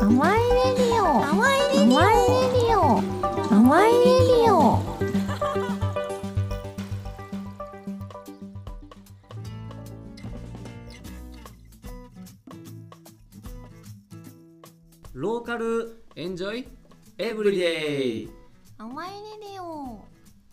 ワイレディオハワイレディオハワイレディオ。 ローカルエンジョイエブリデイ。 ハワイレディオ。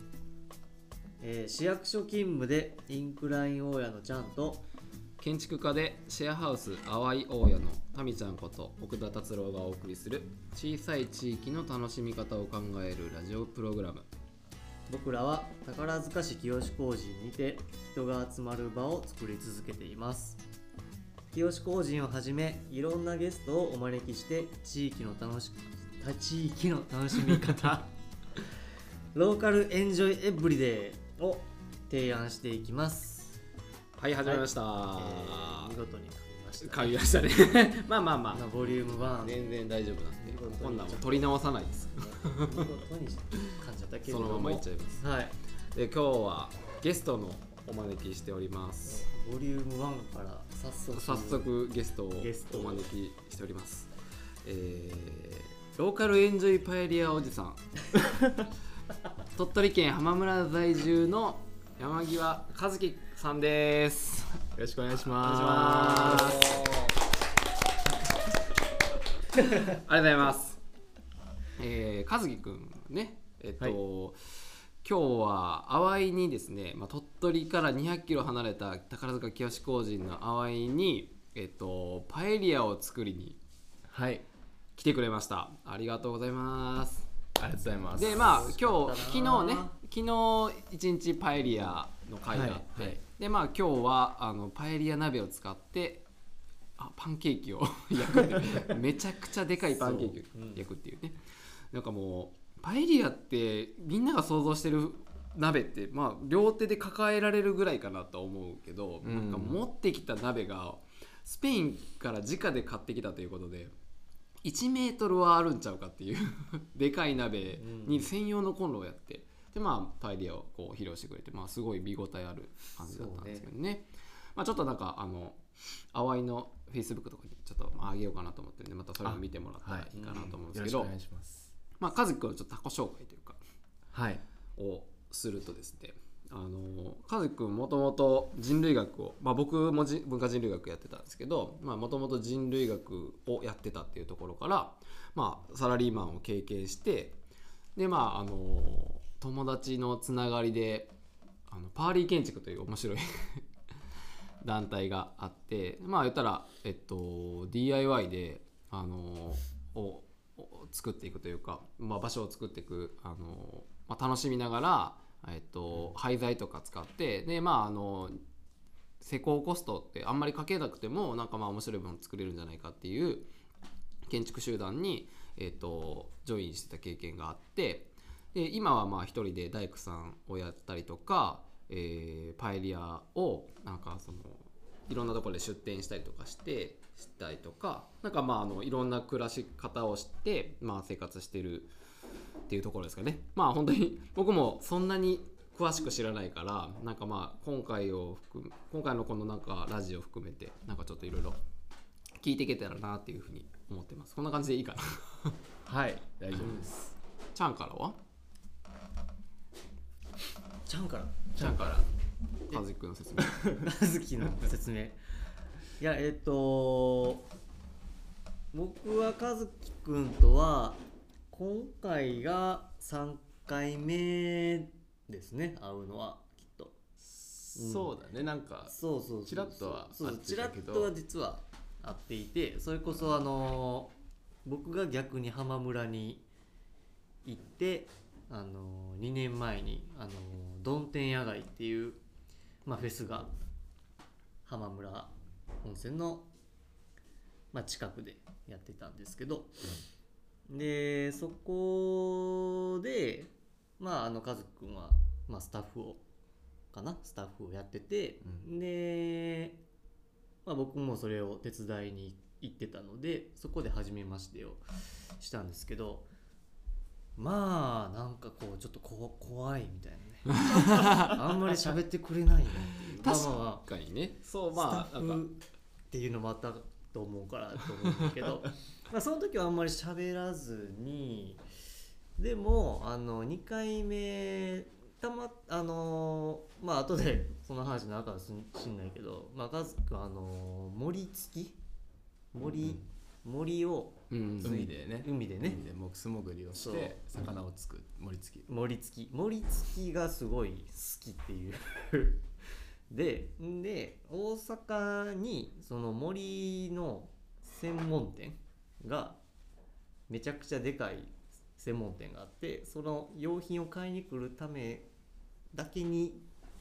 市役所勤務でインクライン大家のちゃんと建築家でシェアハウス淡い大家のタミちゃんこと奥田達郎がお送りする小さい地域の楽しみ方を考えるラジオプログラム。 僕らは宝塚市清工人にて人が集まる場を作り続けています。清工人をはじめいろんなゲストをお招きして地域の楽しみ方ローカルエンジョイエブリデイを提案していきます。 はい、始まりました、 見事に噛みましたね。 噛みましたねまあボリューム1 全然大丈夫なんで見事にこんなんも取り直さないです見事に噛んじゃったけれどもそのままいっちゃいます。 はい、 で今日はゲストのお招きしております。 ボリューム1から早速ゲストをゲストお招きしております。ローカルエンジョイパエリアおじさん鳥取県浜村在住の山際和樹さんです。よろしくお願いします。ありがとうございます。和樹くんね、はい、今日は淡いにですね、鳥取から200キロ離れた宝塚清工人の淡いに、パエリアを作りに来てくれました。ありがとうございます。 ありがとうございます。 で今日昨日一日パエリアの会があって、はいはい、で今日はパエリア鍋を使ってパンケーキを焼くってめちゃくちゃでかいパンケーキを焼くっていうね、なんかもうパエリアってみんなが想像してる鍋って両手で抱えられるぐらいかなと思うけど、なんか持ってきた鍋がスペインから直で買ってきたということで1メートルはあるんちゃうかっていうでかい鍋に専用のコンロをやって、でパエリアをこう披露してくれて、すごい見応えある感じだったんですけどね。ちょっとなんか淡いの Facebook とかにちょっとあげようかなと思ってるんで、またそれを見てもらったらいいかなと思うんですけど、 よろしくお願いします。 和樹君のちょっと他己紹介というか、をするとですね、和樹君もともと人類学を、僕も文化人類学やってたんですけど、もともと人類学をやってたっていうところから、サラリーマンを経験して、で友達のつながりでパーリー建築という面白い団体があって、言ったら、DIY でを作っていくというか、場所を作っていく楽しみながら廃材とか使って、で施工コストってあんまりかけなくてもなんか面白いもの作れるんじゃないかっていう建築集団にジョインしてた経験があって、で今は一人で大工さんをやったりとか、パエリアをなんかいろんなところで出店したりとかしたりとか、なんかいろんな暮らし方をして、生活してるっていうところですかね。本当に僕もそんなに詳しく知らないから、なんか今回のこのなんかラジオ含めてなんかちょっといろいろ聞いていけたらなっていうふうに思ってます。こんな感じでいいかなはい、大丈夫です。 ちゃんからはちゃんから和樹の説明和樹の説明いや僕は和樹くんとは今回が3回目ですね、会うのはきっと。 そうだね、なんかチラッとは会ってチラたけど、 ッとは実は会っていて、それこそ僕が逆に浜村に行って2年前にどん天野外っていう、フェスが浜村温泉の、近くでやってたんですけど、でそこで和樹くんは、スタッフをやってて、で、僕もそれを手伝いに行ってたので、そこで初めましてをしたんですけど、なんかこうちょっと怖いみたいなねあんまり喋ってくれないなっていう、 確かにね、そうスタッフっていうのもあったと思うからと思うんだけどまあその時はあんまり喋らずに、でも2回目まあ後でその話になるかもしんないけど、まあカズくん森付き森を海でね素潜りをして魚をつく森付きがすごい好きっていうで大阪にその森の専門店がめちゃくちゃでかい専門店があって、その用品を買いに来るためだけに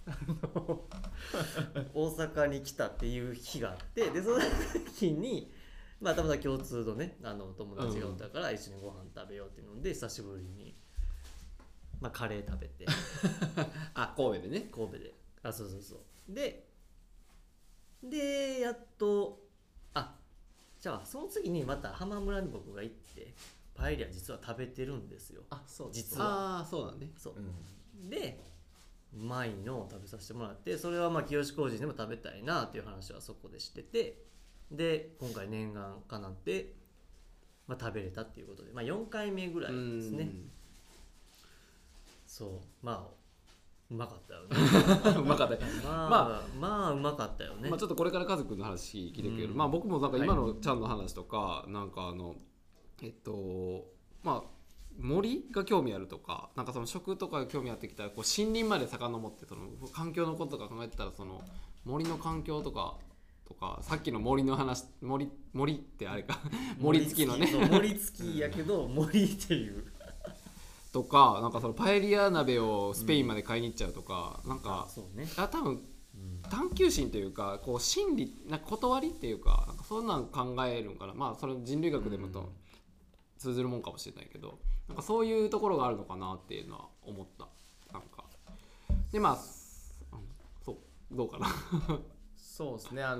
大阪に来たっていう日があって、でその時にまあたまたま共通のね友達がおったから一緒にご飯食べようっていうので久しぶりに、まあ、カレー食べてあ、神戸でね。 神戸でそうでやっとじゃあその次にまた浜村に僕が行ってパエリア実は食べてるんですよ。 そう実はそうだね。 そう、で舞のを食べさせてもらって、それはまあ清志工事でも食べたいなっていう話はそこでしてて、で今回念願かなって、まあ、食べれたっていうことで、まあ、4回目ぐらいですね。そうまあうまかったよねうまかった。 まあうまかったよね。 まあ、ちょっとこれからカズくんの話聞いてくけど、まあ僕もなんか今のちゃんの話とか、なんかまあ森が興味あるとか、なんかその食とかが興味あってきたら、こう森林まで遡ってその環境のこととか考えてたら、その森の環境とかさっきの森の話、森ってあれか森付きのね森付きやけど森っていうとか、なんかそのパエリア鍋をスペインまで買いに行っちゃうとか、なんかそうね、 多分探求心というか、こう心理なんか断りっていうか、なんかそんなん考えるんかな。まあそれ人類学でもと通ずるもんかもしれないけど、なんかそういうところがあるのかなっていうのは思った。なんかでまあそうどうかなそうですね。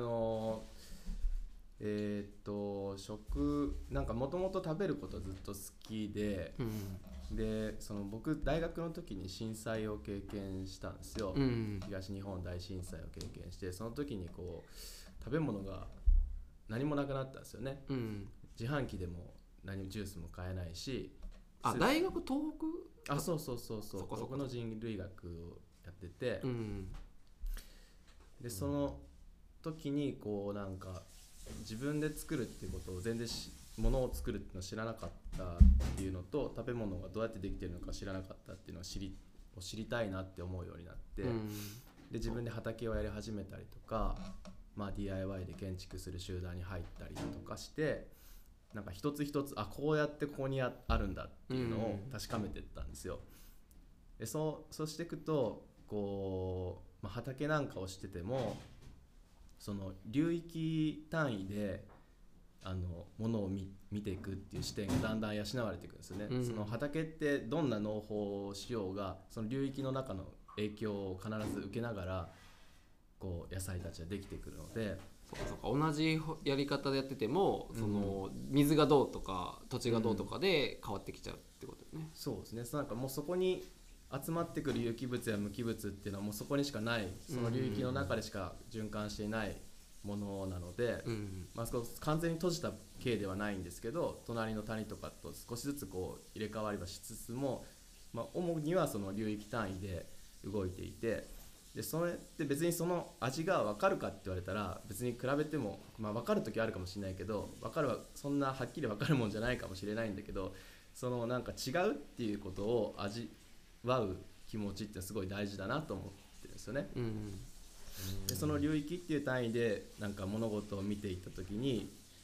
食なんかもともと食べることずっと好きで、でその僕大学の時に震災を経験したんですよ、東日本大震災を経験して、その時にこう食べ物が何もなくなったんですよね、自販機でも何もジュースも買えないし、 大学東北そう僕の人類学をやってて、でその時にこうなんか自分で作るっていうことを全然物を作るっていうのを知らなかったっていうのと、食べ物がどうやってできてるのか知らなかったっていうのを知りたいなって思うようになって、で自分で畑をやり始めたりとか、まあ、DIY で建築する集団に入ったりとかして、なんか一つ一つこうやってここにあるんだっていうのを確かめていったんですよ。でそうしていくとこう、まあ、畑なんかをしててもその流域単位でものを見ていくっていう視点がだんだん養われていくんですよね、その畑ってどんな農法をしようがその流域の中の影響を必ず受けながらこう野菜たちはできてくるので、 そうか同じやり方でやってても、その水がどうとか土地がどうとかで変わってきちゃうってことよね、 そうですね。なんかもうそこに集まってくる有機物や無機物っていうのはもうそこにしかない、その流域の中でしか循環していないものなので、まあ、完全に閉じた系ではないんですけど、隣の谷とかと少しずつこう入れ替わりはしつつも、まあ、主にはその流域単位で動いていて、でそれって別にその味が分かるかって言われたら別に比べても、まあ、分かる時あるかもしれないけど、分かるはそんなはっきり分かるもんじゃないかもしれないんだけど、そのなんか違うっていうことを味わう気持ちってすごい大事だなと思ってるんですよね、でその流域っていう単位でなんか物事を見ていった時に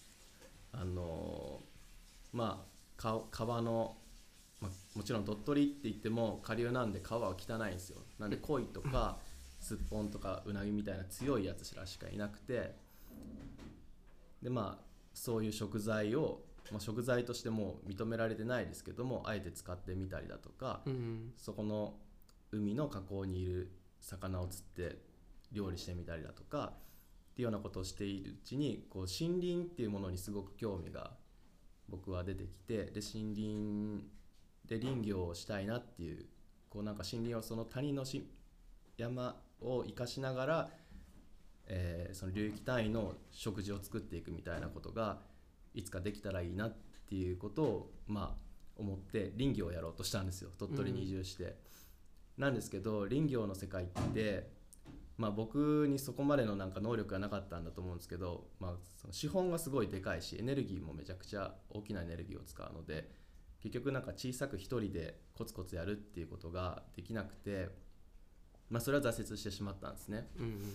まあ川の、まあ、もちろん鳥取って言っても下流なんで川は汚いんですよ。なんで鯉とかすっぽんとかうなぎみたいな強いやつらしかいなくて、でまあそういう食材を、まあ、食材としても認められてないですけどもあえて使ってみたりだとか、そこの海の河口にいる魚を釣って料理してみたりだとかっていうようなことをしているうちにこう森林っていうものにすごく興味が僕は出てきて、で森林で林業をしたいなっていう、こうなんか森林をその谷の山を生かしながらその流域単位の食事を作っていくみたいなことがいつかできたらいいなっていうことを思って林業をやろうとしたんですよ、鳥取に移住して、なんですけど林業の世界って、僕にそこまでのなんか能力がなかったんだと思うんですけど、その資本がすごいでかいしエネルギーもめちゃくちゃ大きなエネルギーを使うので、結局なんか小さく一人でコツコツやるっていうことができなくて、それは挫折してしまったんですね。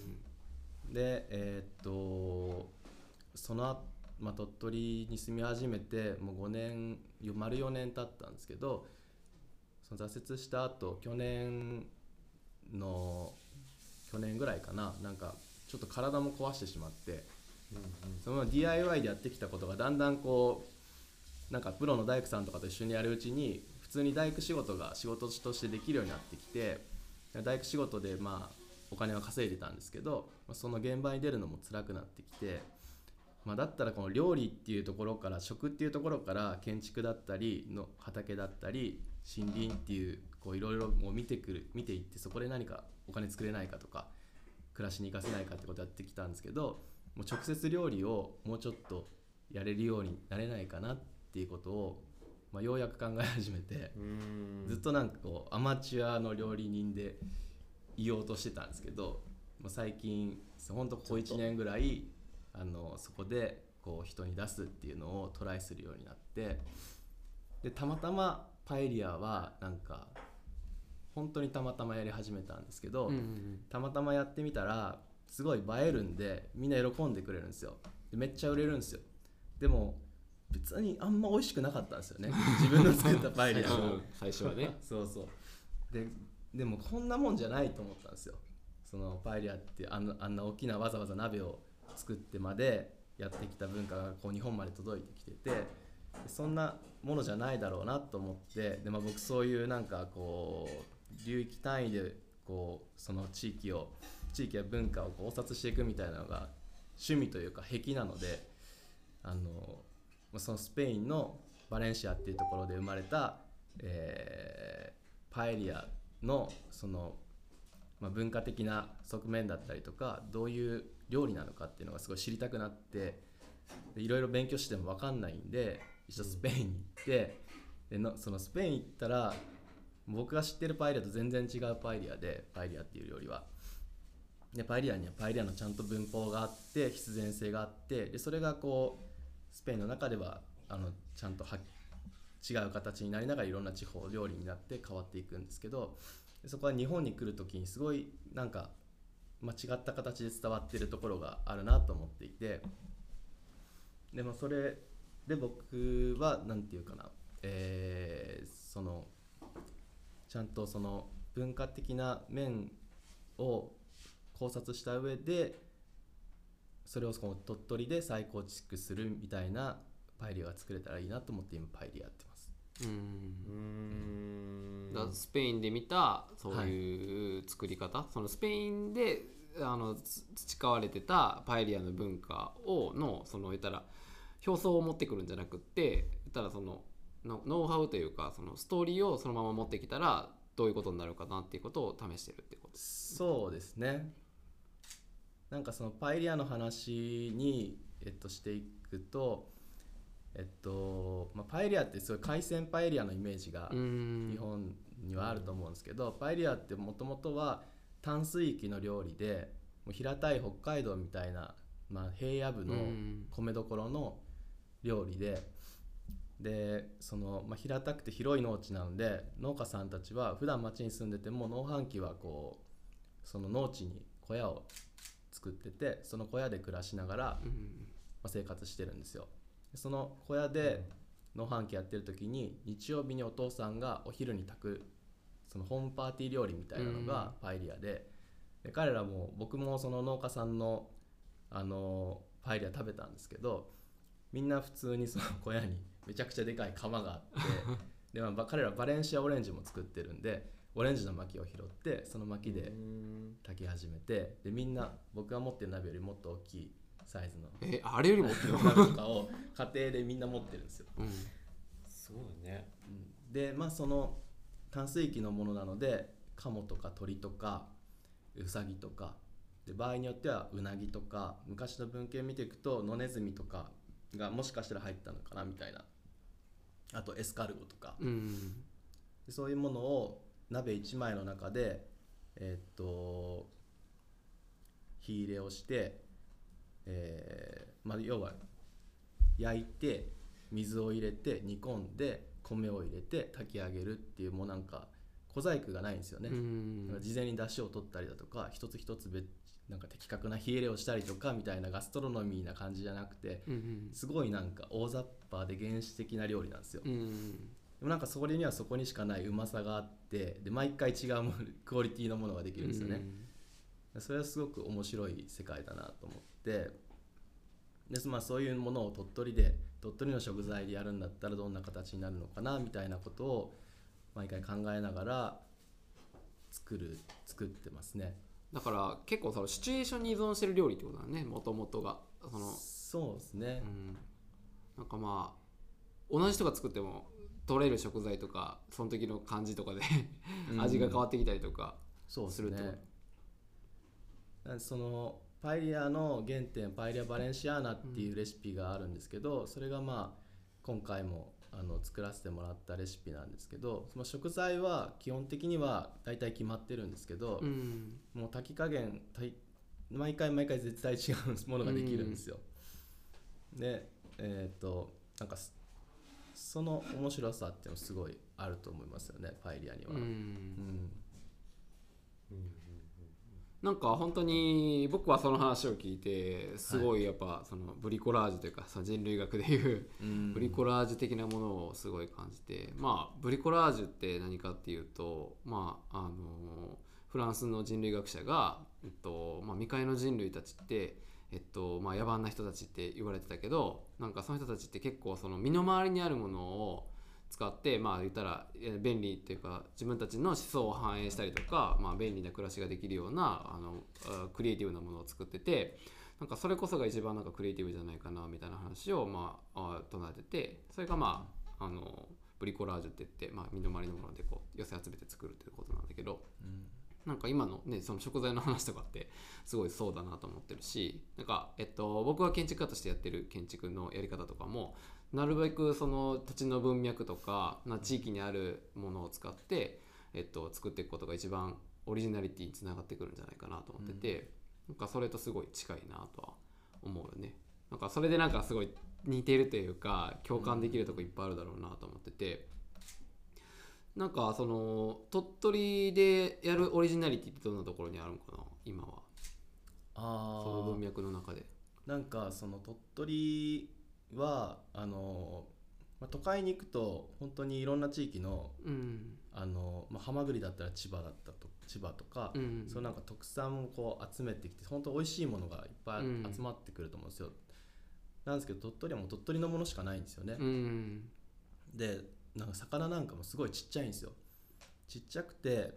でその後、鳥取に住み始めてもう5年丸4年経ったんですけど、その挫折した後去年ぐらいかな、なんかちょっと体も壊してしまって、その DIY でやってきたことがだんだんこうなんかプロの大工さんとかと一緒にやるうちに普通に大工仕事が仕事としてできるようになってきて、大工仕事でお金は稼いでたんですけど、その現場に出るのも辛くなってきて、だったらこの料理っていうところから食っていうところから建築だったりの畑だったり森林っていういろいろ見ていって、そこで何かお金作れないかとか暮らしに生かせないかってことをやってきたんですけど、もう直接料理をもうちょっとやれるようになれないかなっていうことを、ようやく考え始めて、ずっとなんかアマチュアの料理人でいようとしてたんですけど、最近ほんとここ1年ぐらいそこで人に出すっていうのをトライするようになって、でたまたまパエリアはなんか本当にたまたまやり始めたんですけど、たまたまやってみたらすごい映えるんでみんな喜んでくれるんですよ。でめっちゃ売れるんですよ。でも別にあんま美味しくなかったんですよね自分の作ったパエリアが最初はねそうでもこんなもんじゃないと思ったんですよ。そのパエリアってあんな大きなわざわざ鍋を作ってまでやってきた文化が日本まで届いてきてて、そんなものじゃないだろうなと思って、で、僕そういうなんか流域単位でその地域や文化を考察していくみたいなのが趣味というか癖なので、そのスペインのバレンシアっていうところで生まれた、パエリアのその、文化的な側面だったりとかどういう料理なのかっていうのがすごい知りたくなって、いろいろ勉強しても分かんないんで一度スペインに行って、そのスペイン行ったら僕が知ってるパエリアと全然違うパエリアで、パエリアっていう料理はでパエリアにはパエリアのちゃんと文法があって必然性があって、でそれがスペインの中ではちゃんと違う形になりながらいろんな地方料理になって変わっていくんですけど、そこは日本に来るときにすごいなんか違った形で伝わっているところがあるなと思っていて、でもそれで僕はなんていうかな、そのちゃんとその文化的な面を考察した上でそれをその鳥取で再構築するみたいなパエリアが作れたらいいなと思って今パエリアやってます。 だからスペインで見たそういう作り方、そのスペインで培われてたパエリアの文化のその言ったら表層を持ってくるんじゃなくって言ったらそのノウハウというかそのストーリーをそのまま持ってきたらどういうことになるかなっていうことを試してるってことですね。 そうですね。なんかそのパエリアの話に、していくとパエリアってすごい海鮮パエリアのイメージが日本にはあると思うんですけど、パエリアってもともとは淡水域の料理でもう平たい北海道みたいな、平野部の米どころの料理でその、平たくて広い農地なので農家さんたちは普段町に住んでても農飯期はその農地に小屋を作ってて、その小屋で暮らしながら、生活してるんですよ。その小屋で農飯期やってる時に日曜日にお父さんがお昼に炊くそのホームパーティー料理みたいなのがパエリアで、彼らも僕もその農家さんのパエリア食べたんですけど、みんな普通にその小屋にめちゃくちゃでかい窯があってで、彼らバレンシアオレンジも作ってるんでオレンジの薪を拾ってその薪で炊き始めて、でみんな僕が持ってる鍋よりもっと大きいサイズのあれよりも大きいの鍋とかを家庭でみんな持ってるんですよ。 すごいね。 でその淡水域のものなのでカモとか鳥とかウサギとかで場合によってはうなぎとか昔の文献見ていくと野ネズミとかがもしかしたら入ったのかなみたいな、あとエスカルゴとか、でそういうものを鍋1枚の中で火入れをして、要は焼いて水を入れて煮込んで米を入れて炊き上げるっていう、もうなんか小細工がないんですよね。だから事前に出汁を取ったりだとか一つ一つなんか的確な火入れをしたりとかみたいなガストロノミーな感じじゃなくて、すごいなんか大雑把で原始的な料理なんですよ。でもなんかそれにはそこにしかないうまさがあって、で毎回違うクオリティのものができるんですよね。それはすごく面白い世界だなと思って、で、そういうものを鳥取の食材でやるんだったらどんな形になるのかなみたいなことを毎回考えながら作ってますね。 だから結構そのシチュエーションに依存してる料理ってことだね、もともとが。 そうですね、 なんかまあ同じ人が作っても取れる食材とかその時の感じとかで味が変わってきたりとかするってこと。 そのパエリアの原点パエリアバレンシアーナっていうレシピがあるんですけど、それが今回も作らせてもらったレシピなんですけど、その食材は基本的には大体決まってるんですけど、もう炊き加減毎回絶対違うものができるんですよ。でなんかその面白さっていうのすごいあると思いますよね、パエリアには。 なんか本当に僕はその話を聞いてすごいやっぱそのブリコラージュというかその人類学でいうブリコラージュ的なものをすごい感じて、ブリコラージュって何かっていうと、フランスの人類学者が、未開の人類たちって野蛮な人たちって言われてたけど、なんかその人たちって結構その身の回りにあるものを使って言ったら便利っていうか自分たちの思想を反映したりとか、便利な暮らしができるようなクリエイティブなものを作ってて、なんかそれこそが一番なんかクリエイティブじゃないかなみたいな話を唱えてて、それがブリコラージュって言って、身の回りのものでこう寄せ集めて作るっていうことなんだけど、なんか今のねその食材の話とかってすごいそうだなと思ってるし、なんか僕が建築家としてやってる建築のやり方とかもなるべくその土地の文脈とか地域にあるものを使って、作っていくことが一番オリジナリティにつながってくるんじゃないかなと思ってて、なんかそれとすごい近いなとは思うよね。なんかそれでなんかすごい似てるというか共感できるとこいっぱいあるだろうなと思ってて、なんかその鳥取でやるオリジナリティってどんなところにあるのかな今は。その文脈の中でなんかその鳥取は都会に行くと本当にいろんな地域の、ハマグリだったら千葉とか、そうなんか特産をこう集めてきて本当美味しいものがいっぱい集まってくると思うんですよ。なんですけど鳥取はもう鳥取のものしかないんですよね。でなんか魚なんかもすごいちっちゃいんですよ。ちっちゃくて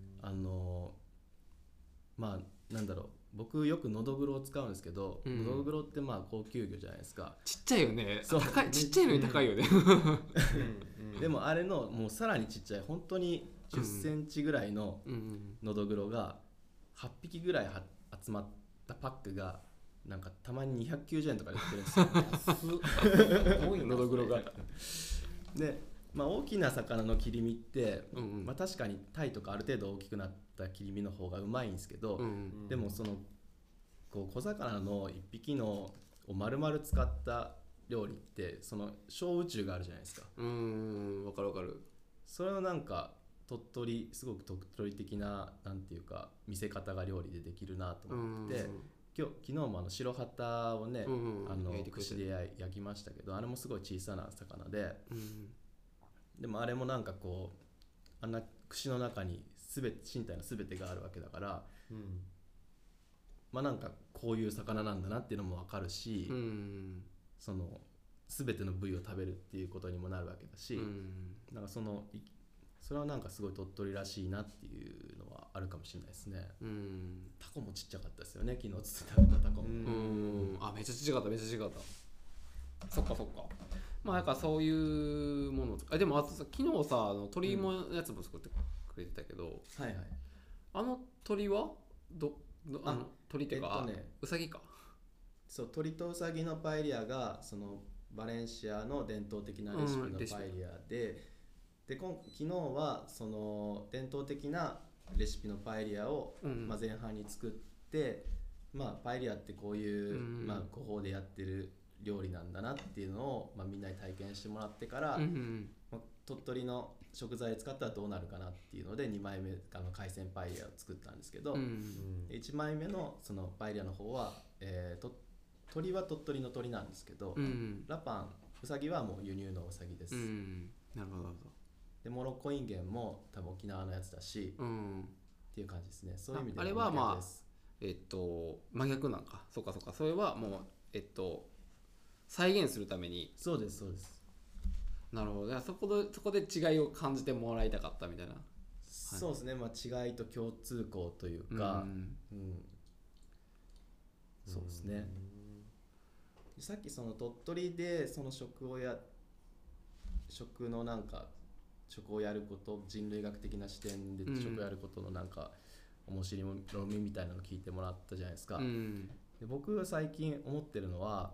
なんだろう、僕よくノドグロを使うんですけど、ノドグロって高級魚じゃないですか。 ちっちゃいよね。高い、ちっちゃいのに高いよね。 でもあれのもうさらにちっちゃい本当に10センチぐらいのノドグロが8匹ぐらい集まったパックがなんかたまに290円とかで売ってるんですよ。ノドグロが。で大きな魚の切り身って、確かにタイとかある程度大きくなった切り身の方がうまいんですけど、でもそのこう小魚の1匹のを丸々使った料理ってその小宇宙があるじゃないですか。 わかるわかる。 それのなんかすごく鳥取的ななんていうか見せ方が料理でできるなと思ってて、昨日も白旗をね、串で焼きましたけど、あれもすごい小さな魚で、でもあれもなんかこうあんな串の中に身体の全てがあるわけだから、なんかこういう魚なんだなっていうのも分かるし、その全ての部位を食べるっていうことにもなるわけだし、なんかそれはなんかすごい鳥取らしいなっていうのはあるかもしれないですね。タコもちっちゃかったですよね、昨日食べたタコも。 めっちゃちっちゃかっためっちゃちっちゃかった。そっかなんかそういうものでもあとさ、昨日さ鶏芋のやつも作ってくれてたけど、あの鶏は鳥っていうか、ウサギか。 そう、鳥とウサギのパエリアがそのバレンシアの伝統的なレシピのパエリアで、昨日はその伝統的なレシピのパエリアを、前半に作って、パエリアってこういう、ご法でやってる料理なんだなっていうのを、みんなに体験してもらってから、鳥取の食材使ったらどうなるかなっていうので2枚目海鮮パエリアを作ったんですけど、1枚目のそのパエリアの方は、鳥は鳥取の鳥なんですけど、ラパンウサギはもう輸入のウサギです。 なるほど。 でモロッコインゲンも多分沖縄のやつだし、っていう感じですね。そういう意味であれは真逆なんか。そうかそれはもう再現するために。 そうです。 なるほど。そこで違いを感じてもらいたかったみたいな。 そうですね。違いと共通項というか、そうですね。さっきその鳥取でその食のなんか食をやること、人類学的な視点で食をやることのなんか面白みみたいなのを聞いてもらったじゃないですか。で僕が最近思ってるのは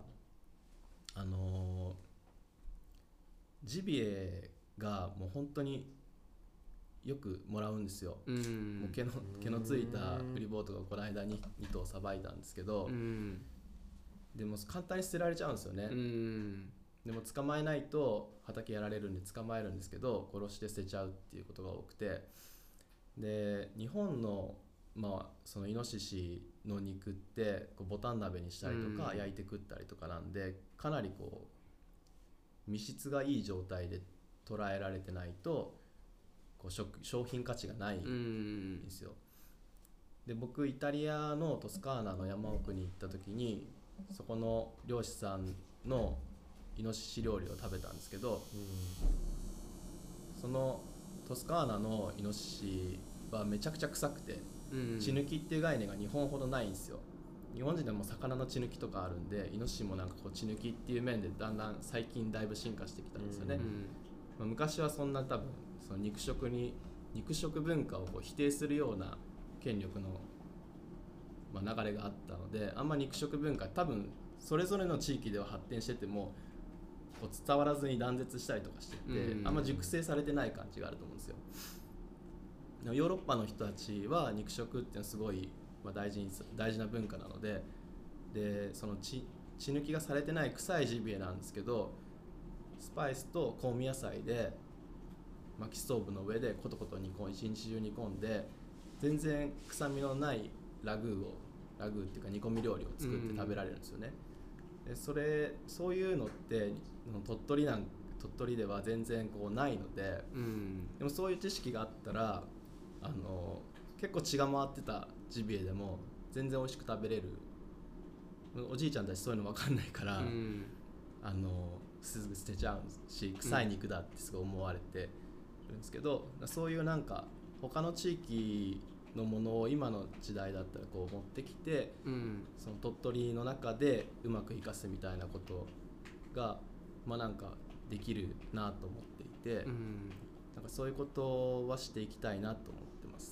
ジビエがもう本当によくもらうんですよ。もう毛のついたウリボートがこの間に2頭さばいたんですけど、でも簡単に捨てられちゃうんですよね。でも捕まえないと畑やられるんで捕まえるんですけど、殺して捨てちゃうっていうことが多くて、で日本のそのイノシシの肉ってボタン鍋にしたりとか焼いて食ったりとかなんで、かなり身質がいい状態で捉えられてないと商品価値がないんですよ。で僕イタリアのトスカーナの山奥に行った時にそこの漁師さんのイノシシ料理を食べたんですけど、そのトスカーナのイノシシはめちゃくちゃ臭くて、血抜きっていう概念が日本ほどないんですよ。日本人でも魚の血抜きとかあるんで、イノシシもなんか血抜きっていう面でだんだん最近だいぶ進化してきたんですよね。昔はそんな多分その肉食文化を否定するような権力の、流れがあったので、あんま肉食文化多分それぞれの地域では発展してても伝わらずに断絶したりとかしてて、あんま熟成されてない感じがあると思うんですよ。ヨーロッパの人たちは肉食っていうのはすごい大事な文化なので、その血抜きがされてない臭いジビエなんですけど、スパイスと香味野菜で薪ストーブの上でコトコト一日中煮込んで、全然臭みのないラグーっていうか煮込み料理を作って食べられるんですよね。でそういうのって鳥取では全然ないので、でもそういう知識があったら結構血が回ってたジビエでも全然美味しく食べれる。おじいちゃんたちそういうの分かんないから、すぐ捨てちゃうし、臭い肉だってすごい思われてるんですけど、そういうなんか他の地域のものを今の時代だったら持ってきて、その鳥取の中でうまく生かすみたいなことがなんかできるなと思っていて、なんかそういうことはしていきたいなと思ってます。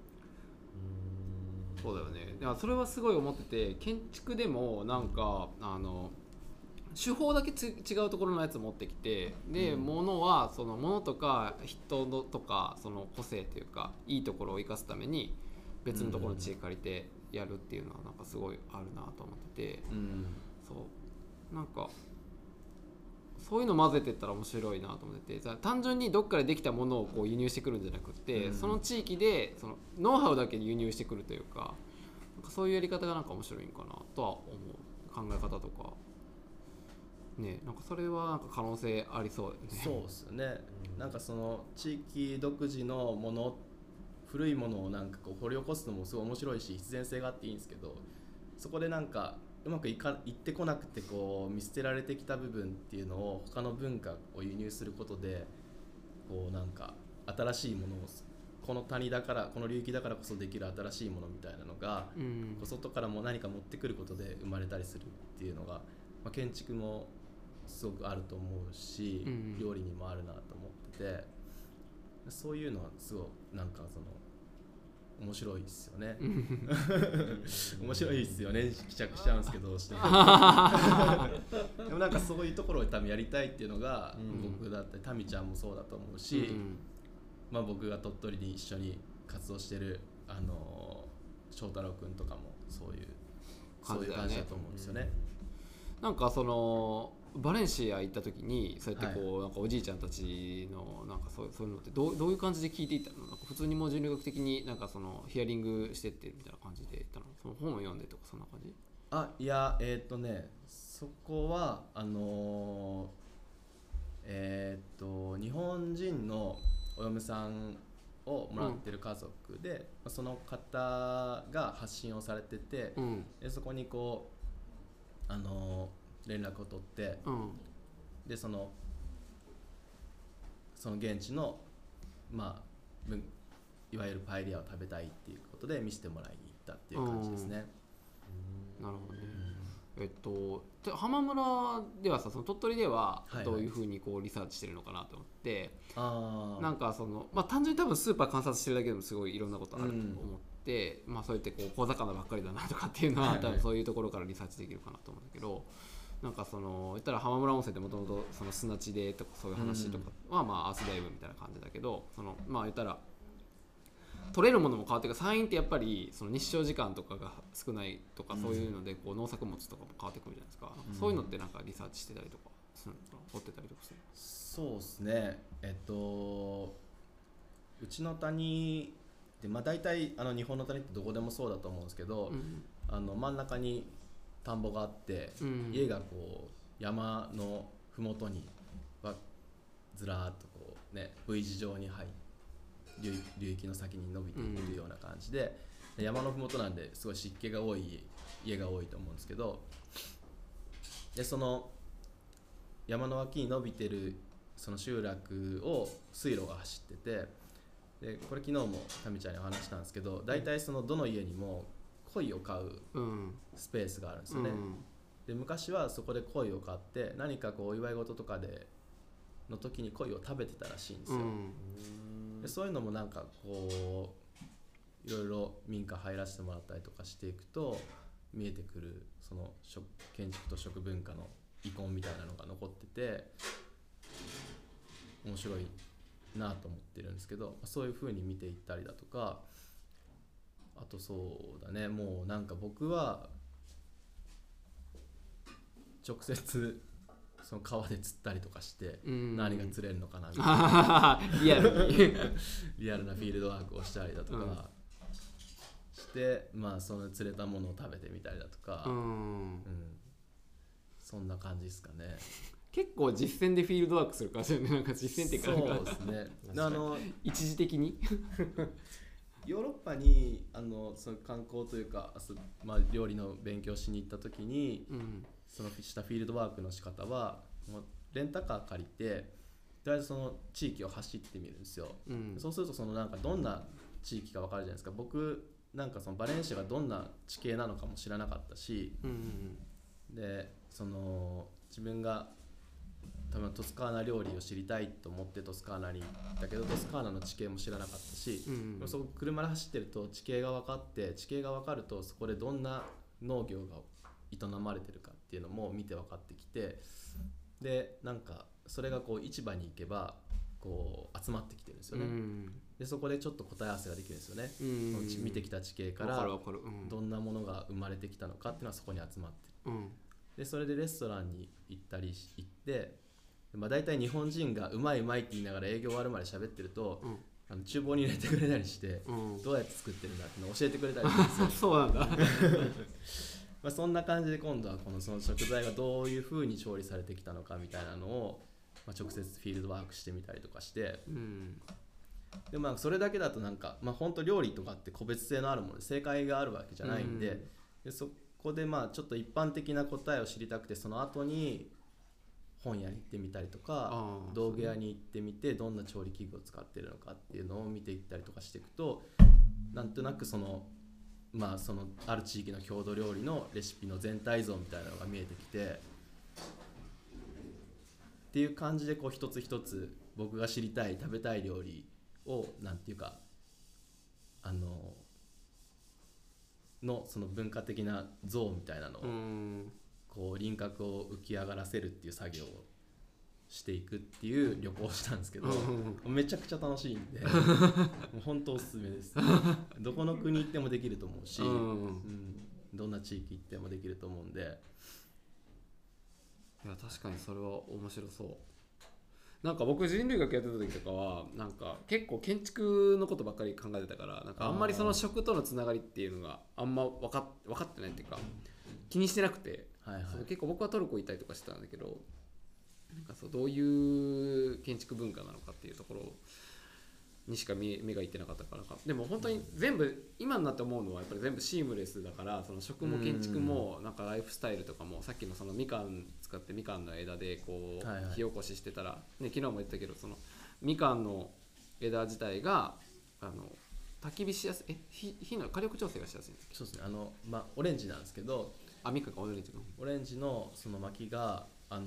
そうだよね。だからそれはすごい思ってて、建築でもなんか手法だけ違うところのやつ持ってきて、で、物はその物とか人とかその個性というかいいところを生かすために別のところの知恵借りてやるっていうのはなんかすごいあるなと思ってて、そうなんかそういうの混ぜてったら面白いなと思ってて、単純にどっかでできたものを輸入してくるんじゃなくて、その地域でそのノウハウだけで輸入してくるというか、なんかそういうやり方がなんか面白いんかなとは思う。考え方とかね、なんかそれはなんか可能性ありそうだよね。 そうですよね。なんかその地域独自のもの、古いものをなんか掘り起こすのもすごい面白いし必然性があっていいんですけど、そこでなんかうまくいってこなくて見捨てられてきた部分っていうのを他の文化を輸入することでなんか新しいものをこの谷だからこの流域だからこそできる新しいものみたいなのが、外からも何か持ってくることで生まれたりするっていうのが、建築もすごくあると思うし、料理にもあるなと思ってて、そういうのはすごいなんかその面白いですよね面白いですよね帰着しちゃうんですけどどうしてもでもなんかそういうところを多分やりたいっていうのが、僕だったりタミちゃんもそうだと思うし、まあ、僕が鳥取に一緒に活動してる翔太郎くんとかもそういう感じだと思うんですよね。 なんかそのバレンシア行った時にそうやってこう、なんかおじいちゃんたちのなんかそういうのってどういう感じで聞いていったの？なんか普通にもう人類学的になんかそのヒアリングしてってみたいな感じで行ったの？その本を読んでとかそんな感じ？ いやそこは日本人のお嫁さんをもらってる家族で、その方が発信をされてて、でそこにこう連絡を取って、でその現地のまあいわゆるパエリアを食べたいっていうことで見せてもらいに行ったっていう感じですね。 なるほどね。浜村ではさ、その鳥取ではどういうふうにこうリサーチしてるのかなと思って、なんかその単純に多分スーパー観察してるだけでもすごいいろんなことあると思って、そうやってこう小魚ばっかりだなとかっていうのは多分そういうところからリサーチできるかなと思うんだけど、なんかその言ったら浜村温泉ってもともとその砂地でとかそういう話とかはアースダイブみたいな感じだけど、その言ったら取れるものも変わってくる。山陰ってやっぱりその日照時間とかが少ないとか、そういうのでこう農作物とかも変わってくるじゃないですか。そういうのってなんかリサーチしてたりとかするのかな、掘ってたりとかするの？ そうですね。うちの谷で、大体日本の谷ってどこでもそうだと思うんですけど、真ん中に田んぼがあって、家がこう山のふもとにずらーっとこうね V 字状に入って流域の先に伸びているような感じで、山のふもとなんですごい湿気が多い家が多いと思うんですけど、でその山の脇に伸びてるその集落を水路が走ってて、でこれ昨日もタミちゃんにお話したんですけど、大体そのどの家にも鯉を飼うスペースがあるんですよね。で昔はそこで鯉を飼って何かこうお祝い事とかでの時に鯉を食べてたらしいんですよ。でそういうのもなんかこういろいろ民家入らせてもらったりとかしていくと見えてくるその建築と食文化の遺恨みたいなのが残ってて面白いなと思ってるんですけど、そういう風に見ていったりだとか、あとそうだね、もうなんか僕は直接その川で釣ったりとかして何が釣れるのかなみたいなリアルなフィールドワークをしたりだとかして、その釣れたものを食べてみたりだとか、そんな感じですかね。 結構実践でフィールドワークする感じだよね。なんか実践っていうか、 そうですね一時的にヨーロッパにその観光というか、料理の勉強しに行った時に、そのしたフィールドワークの仕方はもうレンタカー借りてとりあえずその地域を走ってみるんですよ。そうするとそのなんかどんな地域か分かるじゃないですか。僕なんかそのバレンシアがどんな地形なのかも知らなかったし、でその自分が多分トスカーナ料理を知りたいと思ってトスカーナに行ったけど、トスカーナの地形も知らなかったし、そこ車で走ってると地形が分かって、地形が分かるとそこでどんな農業が営まれてるかっていうのも見て分かってきて、でなんかそれがこう市場に行けばこう集まってきてるんですよね。でそこでちょっと答え合わせができるんですよね。見てきた地形からどんなものが生まれてきたのかっていうのはそこに集まってる。でそれでレストランに行って、大体日本人がうまいうまいって言いながら営業終わるまで喋ってると、厨房に入れてくれたりして、どうやって作ってるんだってのを教えてくれたりするんですよ。 そうなんだそんな感じで今度はその食材がどういう風に調理されてきたのかみたいなのを、直接フィールドワークしてみたりとかして、でそれだけだとなんか、本当料理とかって個別性のあるもので正解があるわけじゃないんで、そこでちょっと一般的な答えを知りたくて、その後に本屋に行ってみたりとか道具屋に行ってみてどんな調理器具を使っているのかっていうのを見ていったりとかしていくと、なんとなくそのある地域の郷土料理のレシピの全体像みたいなのが見えてきてっていう感じで、こう一つ一つ僕が知りたい食べたい料理をなんていうかのその文化的な像みたいなのをこう輪郭を浮き上がらせるっていう作業をしていくっていう旅行をしたんですけど、めちゃくちゃ楽しいんでもう本当おすすめです。どこの国行ってもできると思うし、どんな地域行ってもできると思うんで。 いや確かにそれは面白そう。なんか僕人類学やってた時とかはなんか結構建築のことばっかり考えてたから、なんかあんまりその食とのつながりっていうのがあんま分かってないっていうか気にしてなくて、その結構僕はトルコ行ったりとかしてたんだけど、なんかそうどういう建築文化なのかっていうところにしか目がいってなかったからか。でも本当に全部今になって思うのはやっぱり全部シームレスだから、その食も建築もなんかライフスタイルとかも、さっきのそのみかん使ってみかんの枝でこう火起こししてたら、ね、昨日も言ったけどそのみかんの枝自体が焚き火しやすい火の火力調整がしやすいんですけど。 そうですね、オレンジなんですけど、 みかんがオレンジのオレンジのその薪が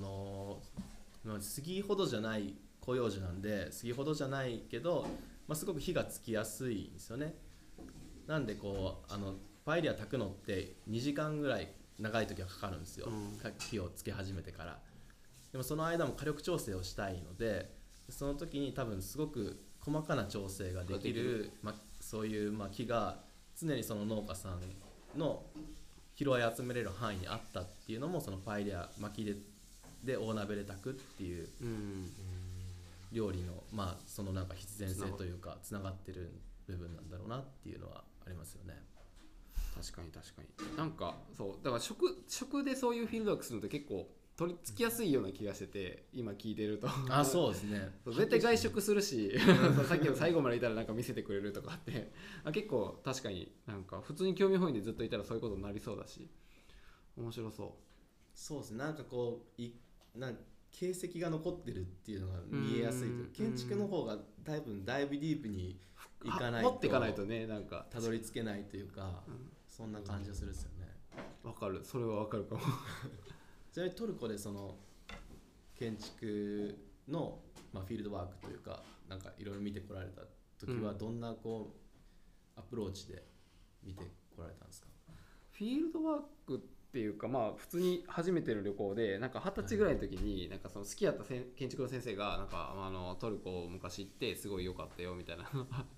杉ほどじゃない広葉樹なんで杉ほどじゃないけど、すごく火がつきやすいんですよね。なんでこうパエリア炊くのって2時間ぐらい長い時はかかるんですよ、火をつけ始めてから。でもその間も火力調整をしたいので、その時に多分すごく細かな調整ができる、そういう木が常にその農家さんの拾い集めれる範囲にあったっていうのも、そのパエリア薪で大鍋で炊くっていう料理のそのなんか必然性というかつながってる部分なんだろうなっていうのはありますよね。 確かになんかそうだから食でそういうフィールドワークするのって結構取り付きやすいような気がしてて、今聞いてるとそうですね絶対外食するしさっきの最後までいたらなんか見せてくれるとかって結構確かになんか普通に興味本位でずっといたらそういうことになりそうだし面白そう。 そうですね、なんかこう形跡が残ってるっていうのが見えやすいというか、建築の方がだいぶディープにいかないと持っていかないとね、なんかたどり着けないというか、そんな感じがするんですよね。 わかる、それはわかるかもちなみにトルコでその建築の、フィールドワークというかなんかいろいろ見てこられた時はどんなこうアプローチで見てこられたんですか？ フィールドワークっていうか普通に初めての旅行で、なんか20歳ぐらいの時になんかその好きやった建築の先生がなんかトルコ昔行ってすごい良かったよみたいな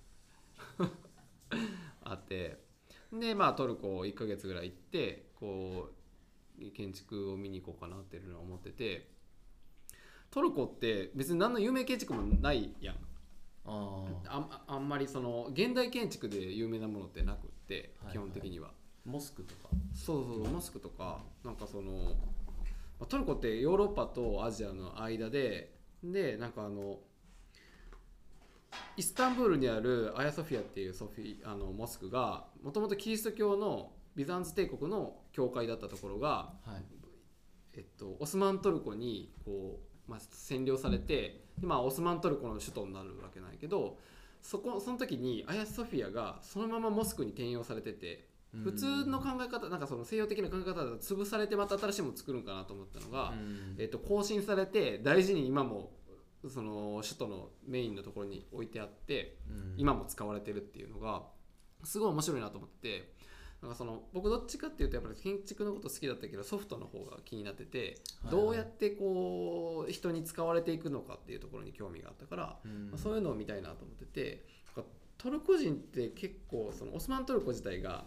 あって、でトルコ1ヶ月ぐらい行ってこう建築を見に行こうかなっていうのを思ってて、トルコって別に何の有名建築もないやん。あんまりその現代建築で有名なものってなくって、基本的にはモスクとかそうモスクとか、なんかそのトルコってヨーロッパとアジアの間でなんかイスタンブールにあるアヤソフィアっていうモスクがもともとキリスト教のビザンツ帝国の教会だったところが、オスマントルコにこう、占領されて、オスマントルコの首都になるわけないけど、その時にアヤソフィアがそのままモスクに転用されてて、普通の考え方なんかその西洋的な考え方だと潰されてまた新しいものを作るんかなと思ったのが、更新されて大事に今もその首都のメインのところに置いてあって、今も使われてるっていうのがすごい面白いなと思って、なんかその僕どっちかっていうとやっぱり建築のこと好きだったけどソフトの方が気になってて、どうやってこう人に使われていくのかっていうところに興味があったから、そういうのを見たいなと思ってて、トルコ人って結構そのオスマントルコ自体が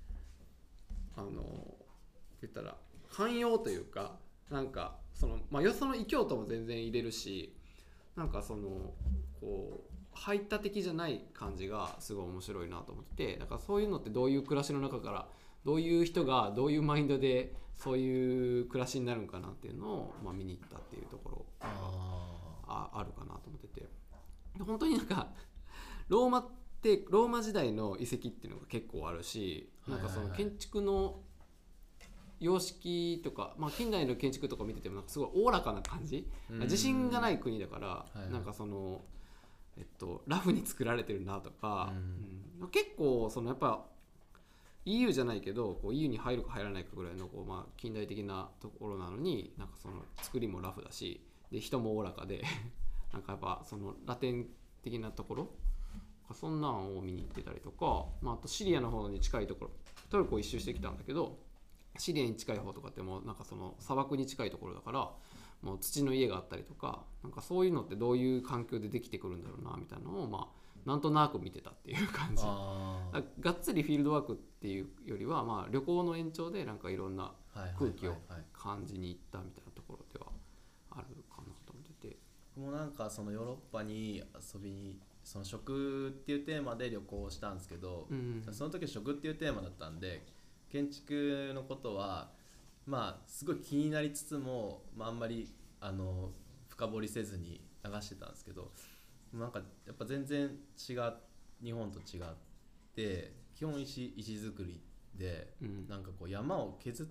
言ったら寛容というか、なんかそのよその異教徒も全然入れるし、なんかそのこう排他的じゃない感じがすごい面白いなと思ってて、だからそういうのってどういう暮らしの中からどういう人がどういうマインドでそういう暮らしになるんかなっていうのを見に行ったっていうところがあるかなと思ってて、本当になんかローマ時代の遺跡っていうのが結構あるし、なんかその建築の様式とか、近代の建築とか見ててもなんかすごいおおらかな感じ、地震がない国だから、なんかそのラフに作られてるなとか、結構そのやっぱ EU じゃないけどこう EU に入るか入らないかぐらいのこう、近代的なところなのに、なんかその作りもラフだし、で人もおおらかでなんかやっぱそのラテン的なところかかそんなんを見に行ってたりとか、あとシリアの方に近いところ、トルコを一周してきたんだけど、シリアに近い方とかってもうなんかその砂漠に近いところだからもう土の家があったりとか、なんかそういうのってどういう環境でできてくるんだろうなみたいなのをなんとなく見てたっていう感じ。がっつりフィールドワークっていうよりは、旅行の延長でなんかいろんな空気を感じに行ったみたいなところではあるかなと思ってて、 もうなんかそのヨーロッパに遊びに、その食っていうテーマで旅行したんですけど、その時食っていうテーマだったんで、建築のことはすごい気になりつつも、あんまり深掘りせずに流してたんですけど、なんかやっぱ全然日本と違って基本石造りで、なんかこう山を削って、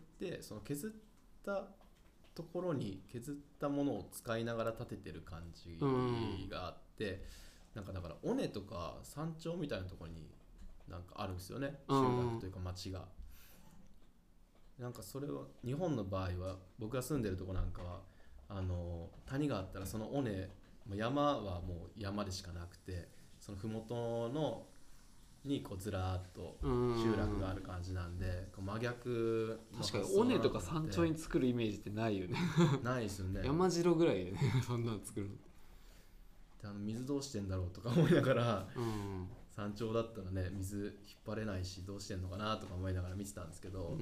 その削ったところに削ったものを使いながら建ててる感じがあって、なんかだから尾根とか山頂みたいなところになんかあるんですよね、集落というか町が。なんかそれは日本の場合は、僕が住んでるとこなんかは谷があったらその尾根、山はもう山でしかなくて、その麓のにこうずらーっと集落がある感じなんで、真逆の発想確かに尾根とか山頂に作るイメージってないよねないですよね。 山城ぐらいでねそんなの作るので、水どうしてんだろうとか思いながら、山頂だったらね水引っ張れないしどうしてんのかなとか思いながら見てたんですけど、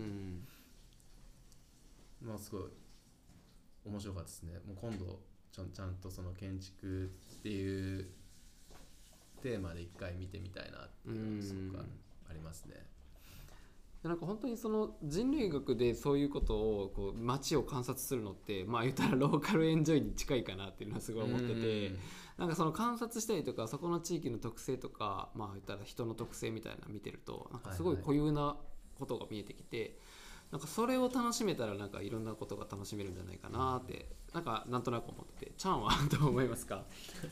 すごい面白かったですね。もう今度ちゃんとその建築っていうテーマで一回見てみたいなっていうのがすごくありますね。 なんか本当にその人類学でそういうことをこう街を観察するのって、言ったらローカルエンジョイに近いかなっていうのはすごい思ってて、なんかその観察したりとか、そこの地域の特性とか、言ったら人の特性みたいなの見てると、なんかすごい固有なことが見えてきて、なんかそれを楽しめたらなんかいろんなことが楽しめるんじゃないかなってなんとなく思ってて、チャンはどう思いますか？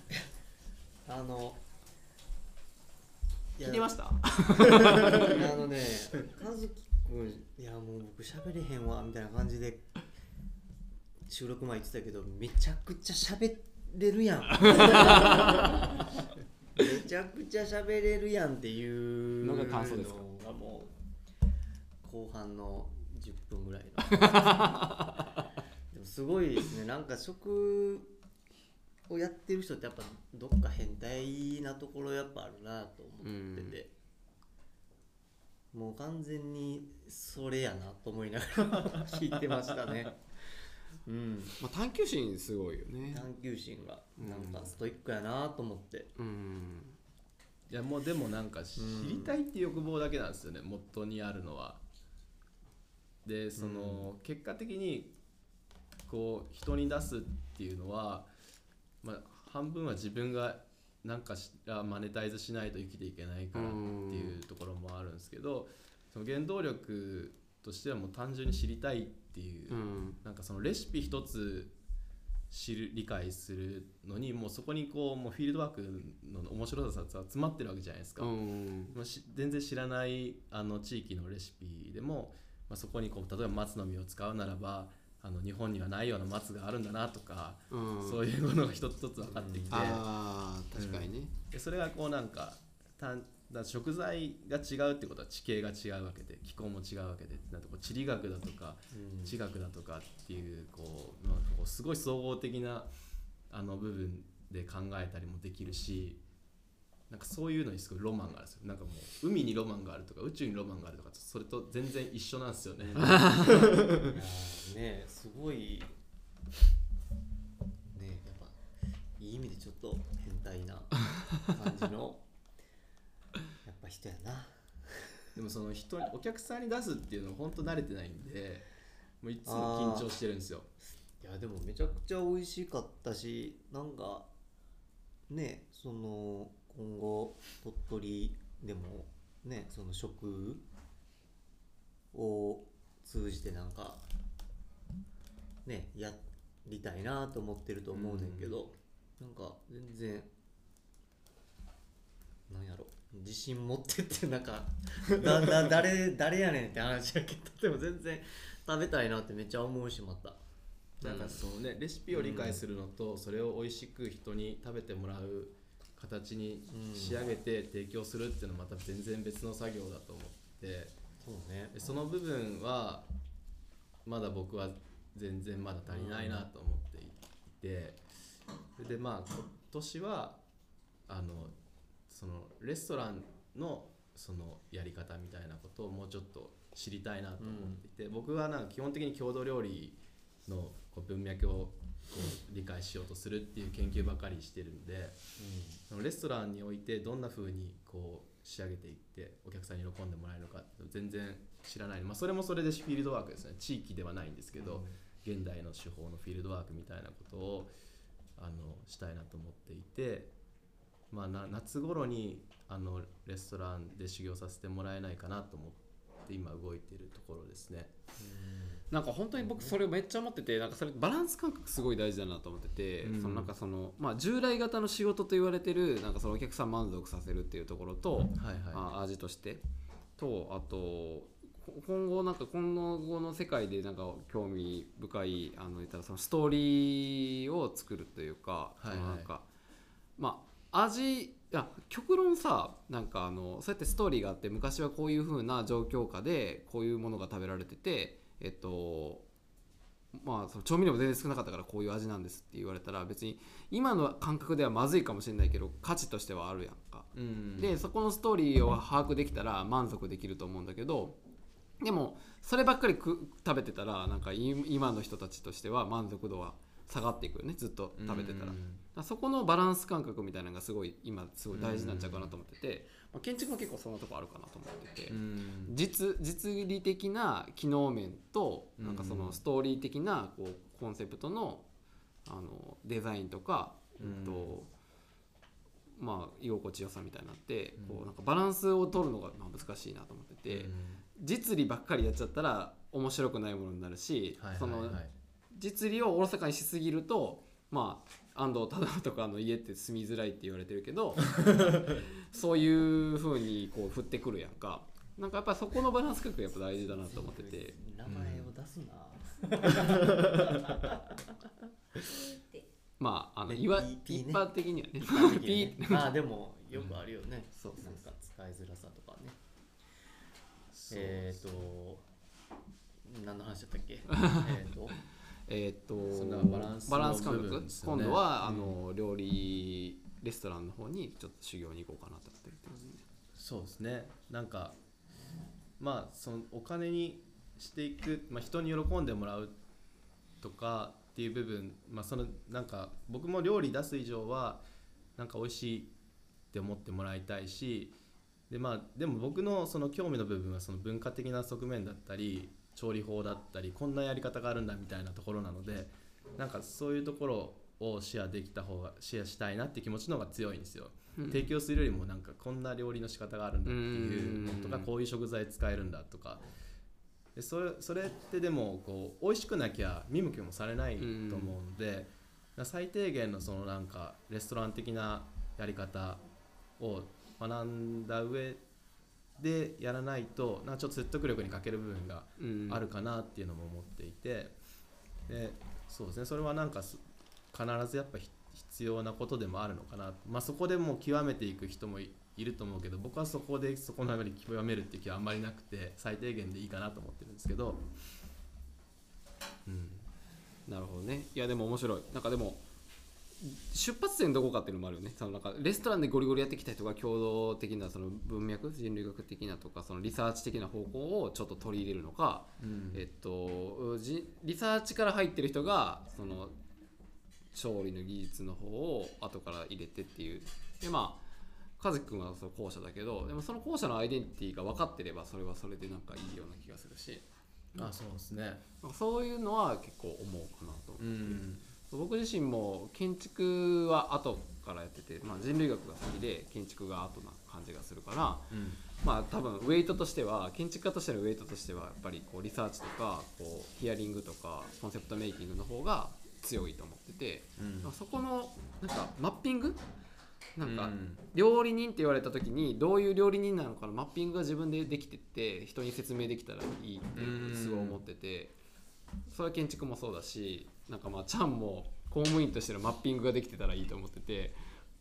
聞いてました？ 和樹くん、いやもう僕喋れへんわみたいな感じで収録前言ってたけど、めちゃくちゃ喋れるやんめちゃくちゃ喋れるやんっていうのが感想ですか？ がもう後半の10分ぐらいのでもすごいですね。なんか食をやってる人ってやっぱどっか変態なところやっぱあるなと思ってて、もう完全にそれやなと思いながら聞いてましたね探求心すごいよね。 探求心がなんかストイックやなと思って、 いやもうでもなんか知りたいっていう欲望だけなんですよね、元にあるのは。でその結果的にこう人に出すっていうのは、半分は自分がなんかマネタイズしないと生きていけないからっていうところもあるんですけど、その原動力としてはもう単純に知りたいっていう、なんかそのレシピ一つ理解するのにもうそこにこうもうフィールドワークの面白さが詰まってるわけじゃないですか。全然知らない地域のレシピでも、そこにこう例えば松の実を使うならば日本にはないような松があるんだなとか、そういうものが一つ一つ分かってきて、 確かにね、 でそれがこうなんか食材が違うってことは地形が違うわけで、気候も違うわけで、なんかこう地理学だとか地学だとかっていうこうなんかこうすごい総合的な部分で考えたりもできるし、なんかそういうのにすごいロマンがあるんですよ。なんかもう海にロマンがあるとか宇宙にロマンがあるとか、それと全然一緒なんですよね。 いやねすごいね、やっぱいい意味でちょっと変態な感じのやっぱ人やな。 でもそのお客さんに出すっていうのは本当慣れてないんで、もういつも緊張してるんですよ。 いやでもめちゃくちゃ美味しかったし、なんかね、その今後鳥取でもね、その食を通じてなんかねやりたいなと思ってると思うねんけど、なんか全然なんやろ、自信持ってってなんか誰やねんって話やけど、でも全然食べたいなってめっちゃ思うしまた。 なんかそのね、レシピを理解するのとそれを美味しく人に食べてもらう形に仕上げて提供するっていうのはまた全然別の作業だと思ってそうね。 その部分はまだ僕は全然まだ足りないなと思っていて、でまあ今年はそのレストランのそのやり方みたいなことをもうちょっと知りたいなと思っていて、僕はなんか基本的に郷土料理のこう文脈をこう理解しようとするっていう研究ばかりしてるんで、レストランにおいてどんな風にこう仕上げていってお客さんに喜んでもらえるのかって全然知らない、まあ、それもそれでフィールドワークですね。地域ではないんですけど、現代の手法のフィールドワークみたいなことをしたいなと思っていて、まあ、夏頃にレストランで修行させてもらえないかなと思って今動いているところですね。 なんか本当に僕それめっちゃ思ってて、なんかそれバランス感覚すごい大事だなと思ってて、そのなんかそのまあ従来型の仕事と言われてるなんかそのお客さん満足させるっていうところと、味としてと、あと今後なんか今後の世界でなんか興味深い言ったらそのストーリーを作るというか、そのなんかまあ味極論さ、なんかそうやってストーリーがあって、昔はこういう風な状況下でこういうものが食べられてて、まあその調味料も全然少なかったからこういう味なんですって言われたら、別に今の感覚ではまずいかもしれないけど価値としてはあるやんか、でそこのストーリーを把握できたら満足できると思うんだけど、でもそればっかり食べてたらなんか今の人たちとしては満足度は下がっていくよね、ずっと食べてたら。そこのバランス感覚みたいなのがすごい今すごい大事なんちゃうかなと思ってて、まあ、建築も結構そんなとこあるかなと思ってて、実利的な機能面となんかそのストーリー的なこうコンセプトのデザインとか、まあ居心地よさみたいになってこうなんかバランスを取るのが難しいなと思ってて、実利ばっかりやっちゃったら面白くないものになるし、その実利をおろそかにしすぎると、まあ安藤忠雄とかの家って住みづらいって言われてるけどそういう風にこう振ってくるやんか。なんかやっぱそこのバランス感覚やっぱ大事だなと思ってて、 名前を出すなまあ一般的にはねまあでもよくあるよね、そうなんか使いづらさとかね。何の話だったっけそんなバランス感覚、今度は料理レストランの方にちょっと修行に行こうかなと思ってるってことですね。 そうですね。なんかまあそのお金にしていく、まあ、人に喜んでもらうとかっていう部分、まあそのなんか僕も料理出す以上はなんか美味しいって思ってもらいたいし、でまあでも僕のその興味の部分はその文化的な側面だったり調理法だったりこんなやり方があるんだみたいなところなので、なんかそういうところをシェアできた方がシェアしたいなって気持ちの方が強いんですよ、提供するよりもなんかこんな料理の仕方があるんだっていうのとか、こういう食材使えるんだとか、でそれってでもこう美味しくなきゃ見向きもされないと思うので、最低限のそのなんかレストラン的なやり方を学んだ上でやらないとなんかちょっと説得力に欠ける部分があるかなっていうのも思っていて、でそうですね、それはなんか必ずやっぱ必要なことでもあるのかな、まあ、そこでもう極めていく人もいると思うけど、僕はそこの中で極めるっていう気はあんまりなくて、最低限でいいかなと思ってるんですけど、 なるほどね。いやでも面白い。なんかでも出発点どこかっていうのもあるよね。そのなんかレストランでゴリゴリやってきた人が共同的なその文脈、人類学的なとかそのリサーチ的な方向をちょっと取り入れるのか、リサーチから入ってる人がその調理の技術の方を後から入れてっていう。でまあ和樹君はその後者だけど、でもその後者のアイデンティティが分かってればそれはそれでなんかいいような気がするし、 そうですね。 そういうのは結構思うかなと思って。僕自身も建築は後からやってて、まあ、人類学が先で建築が後な感じがするから、まあ多分ウェイトとしては建築家としてのウェイトとしてはやっぱりこうリサーチとかこうヒアリングとかコンセプトメイキングの方が強いと思ってて、そこのなんかマッピングなんか料理人って言われた時にどういう料理人なのかのマッピングが自分でできてって人に説明できたらいいってすごい思ってて、それは建築もそうだし、なんかまあちゃんも公務員としてのマッピングができてたらいいと思ってて、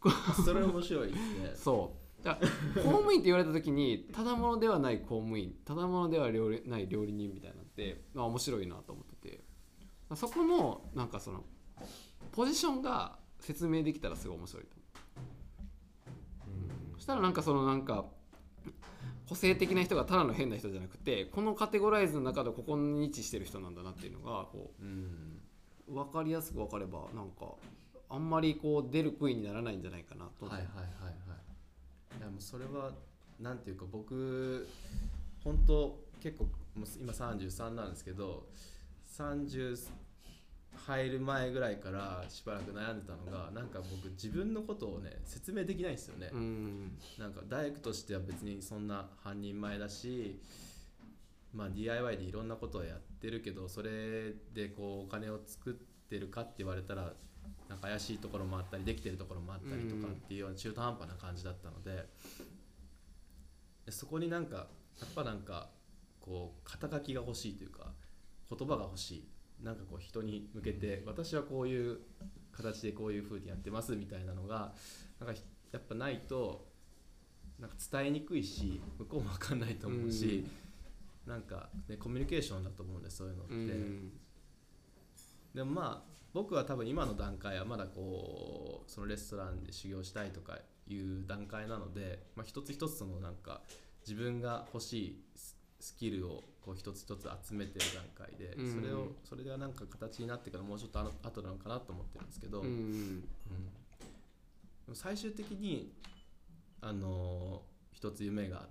それ面白いですね。 そうだから公務員って言われた時にただものではない公務員、ただものではない料理人みたいなのって、まあ、面白いなと思ってて、そこもなんかそのポジションが説明できたらすごい面白いと思う、そしたらなんかそのなんか個性的な人がただの変な人じゃなくて、このカテゴライズの中でここに位置してる人なんだなっていうのがこう、分かりやすく分かればなんかあんまりこう出る杭にならないんじゃないかなと。 はいはいはいはい。いやもうそれはなんていうか、僕本当結構もう今33なんですけど、30入る前ぐらいからしばらく悩んでたのが、なんか僕自分のことをね説明できないんですよね。なんか大工としては別にそんな半人前だし、まあ DIY でいろんなことをやってるけど、それでこうお金を作ってるかって言われたらなんか怪しいところもあったりできてるところもあったりとかっていうような中途半端な感じだったので、そこになんかやっぱなんかこう肩書きが欲しいというか言葉が欲しい、なんかこう人に向けて私はこういう形でこういう風にやってますみたいなのがなんかやっぱないとなんか伝えにくいし、向こうも分かんないと思うし、なんか、ね、コミュニケーションだと思うんです、そういうのって。でもまあ僕は多分今の段階はまだこうそのレストランで修行したいとかいう段階なので、まあ、一つ一つそのなんか自分が欲しいスキルをこう一つ一つ集めてる段階で、それがなんか形になってからもうちょっと後なのかなと思ってるんですけど、でも最終的に一つ夢があって、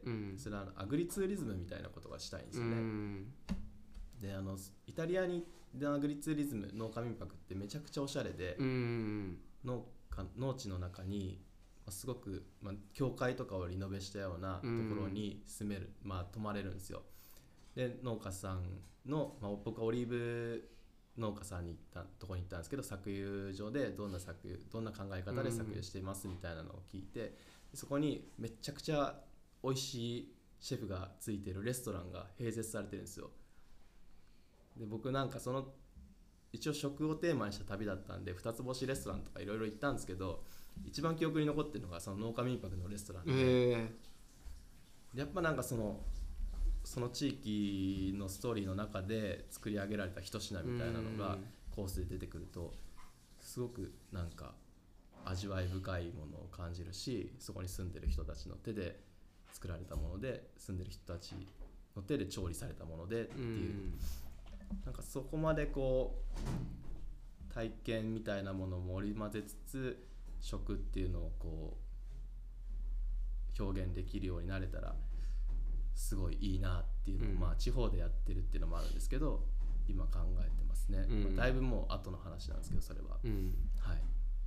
それはアグリツーリズムみたいなことがしたいんですよね。でイタリアにアグリツーリズム農家民泊ってめちゃくちゃおしゃれで、農地の中にすごく、教会とかをリノベしたようなところに住める、泊まれるんですよ。で農家さんの、僕はオリーブ農家さんにとこに行ったんですけど、搾油場でどんな考え方で搾油していますみたいなのを聞いて、そこにめちゃくちゃ美味しいシェフがついてるレストランが併設されてるんですよ。で僕なんか一応食をテーマにした旅だったんで2つ星レストランとかいろいろ行ったんですけど、一番記憶に残ってるのがその農家民泊のレストランで、やっぱなんかその地域のストーリーの中で作り上げられた一品みたいなのがコースで出てくるとすごくなんか味わい深いものを感じるし、そこに住んでる人たちの手で作られたもので、住んでる人たちの手で調理されたものでっていう、なんかそこまでこう体験みたいなものも織り交ぜつつ食っていうのをこう表現できるようになれたらすごいいいなっていうのを、地方でやってるっていうのもあるんですけど今考えてますね。だいぶもう後の話なんですけどそれは、はい。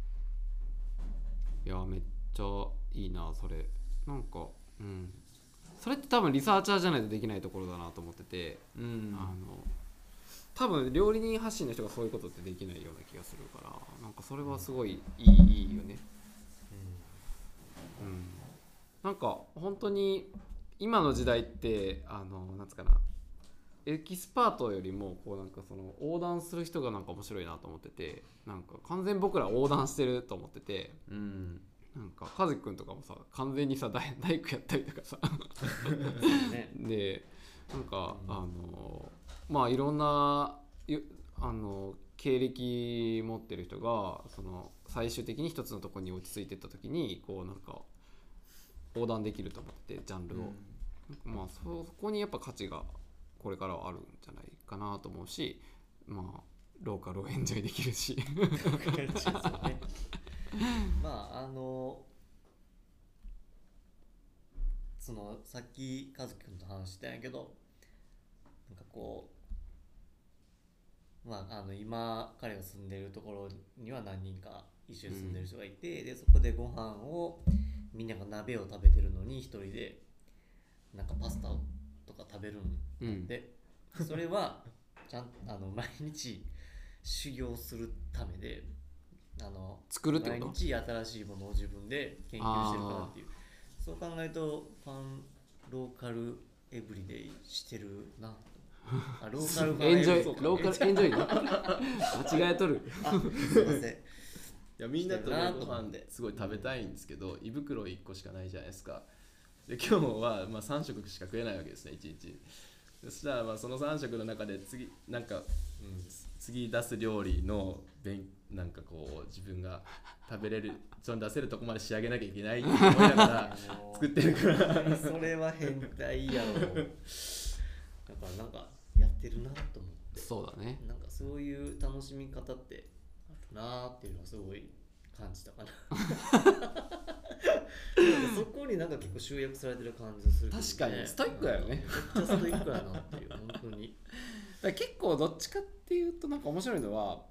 いやめっちゃいいなそれ。なんかそれって多分リサーチャーじゃないとできないところだなと思ってて、多分料理人発信の人がそういうことってできないような気がするから、なんかそれはすごいいいよね。なんか本当に今の時代ってなんつかな、エキスパートよりもこうなんかその横断する人がなんか面白いなと思ってて、なんか完全に僕ら横断してると思ってて、なんか和樹くんとかもさ完全にさ大工やったりとかさでなんかいろんな経歴持ってる人が最終的に一つのところに落ち着いていった時にこうなんか横断できると思ってジャンルを、そこにやっぱ価値がこれからはあるんじゃないかなと思うし、ローカルをエンジョイできるしさっき和樹君と話したんやけど、なんかこう今彼が住んでるところには何人か一緒に住んでる人がいて、でそこでご飯をみんなが鍋を食べてるのに一人でなんかパスタとか食べるんで、それはちゃん毎日修行するためで作るってこと？ 毎日新しいものを自分で研究してるからっていう、そう考えるとローカルエブリデイしてるな。ローカルファンエンジョイローカルエンジョイ間違えとるすいません。いやみんなとしてるなご飯と思ってすごい食べたいんですけど、胃袋1個しかないじゃないですか。で今日はまあ3食しか食えないわけですね、1日。そしたらまあその3食の中でなんか次出す料理のなんかこう自分が食べれるその出せるとこまで仕上げなきゃいけないって思いながら作ってるからそれは変態やろ。だからなんかやってるなと思って、 そうだね。 なんかそういう楽しみ方ってあるなーっていうのはすごい感じたかな。そこになんか結構集約されてる感じがするけどね。 確かにストイックだよね。 めっちゃストイックやなっていう本当に。 だから結構どっちかっていうとなんか面白いのは、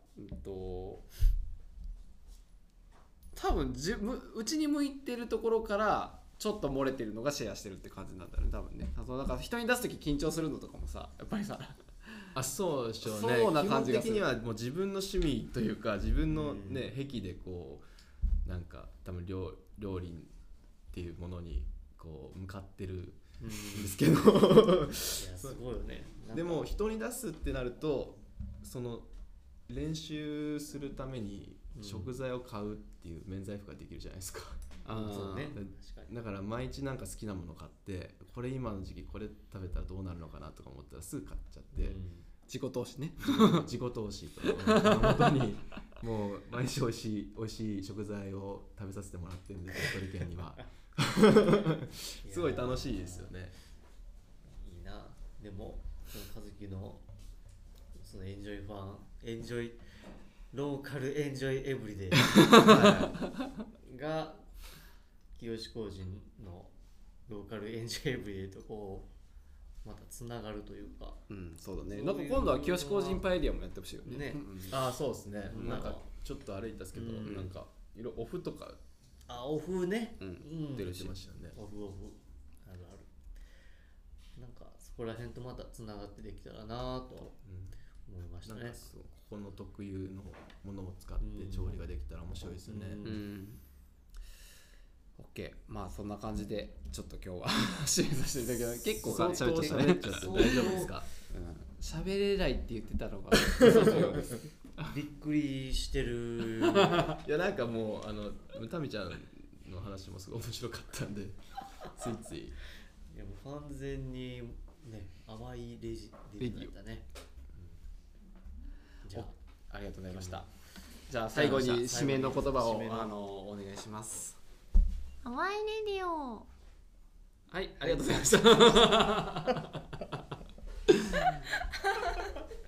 多分うちに向いてるところからちょっと漏れてるのがシェアしてるって感じなんだよね、多分ね。だから人に出す時緊張するのとかもさ、やっぱりさ、 あ、そうでしょうね。 そうな感じがする。 基本的にはもう自分の趣味というか自分のね癖でこうなんか多分料理っていうものにこう向かってるんですけど、 いやすごいよね。なんかでも人に出すってなるとその練習するために食材を買うっていう免罪符ができるじゃないですか。 そうね。 だ確かに。 だから毎日なんか好きなもの買ってこれ今の時期これ食べたらどうなるのかなとか思ったらすぐ買っちゃって、 自己投資ね。 自己投資と本当にもう毎日美味しい食材を食べさせてもらってるんで鳥取県にはすごい楽しいですよね。 いいな。でもその和樹のそのエンジョイローカルエンジョイエブリデイが清志工人のローカルエンジョイエブリデイとこうまたつながるというか、 そうだね。 そういうなんか今度は清志工人パエリアもやってほしいよね。 ねああそうですね、 うんなんかちょっと歩いたんですけど、 うんなんかオフとかオフね、 出るしてましたよね。 オフあるある。なんかそこら辺とまたつながってできたらなと思いましたね。 なんかそうここの特有のものを使って調理ができたら面白いですよね。 OK、まあそんな感じでちょっと今日は締めさせていただきます。結構相当喋っちゃって大丈夫ですか？ 喋れないって言ってたのが嘘のようです。 びっくりしてる。 いやなんかもうタミちゃんの話もすごい面白かったんでついつい。 いやもう完全にね甘いレディだね。じゃあありがとうございました。じゃあ最後に締めの言葉をお願いします。 ハワイレディオ。 はい、ありがとうございました。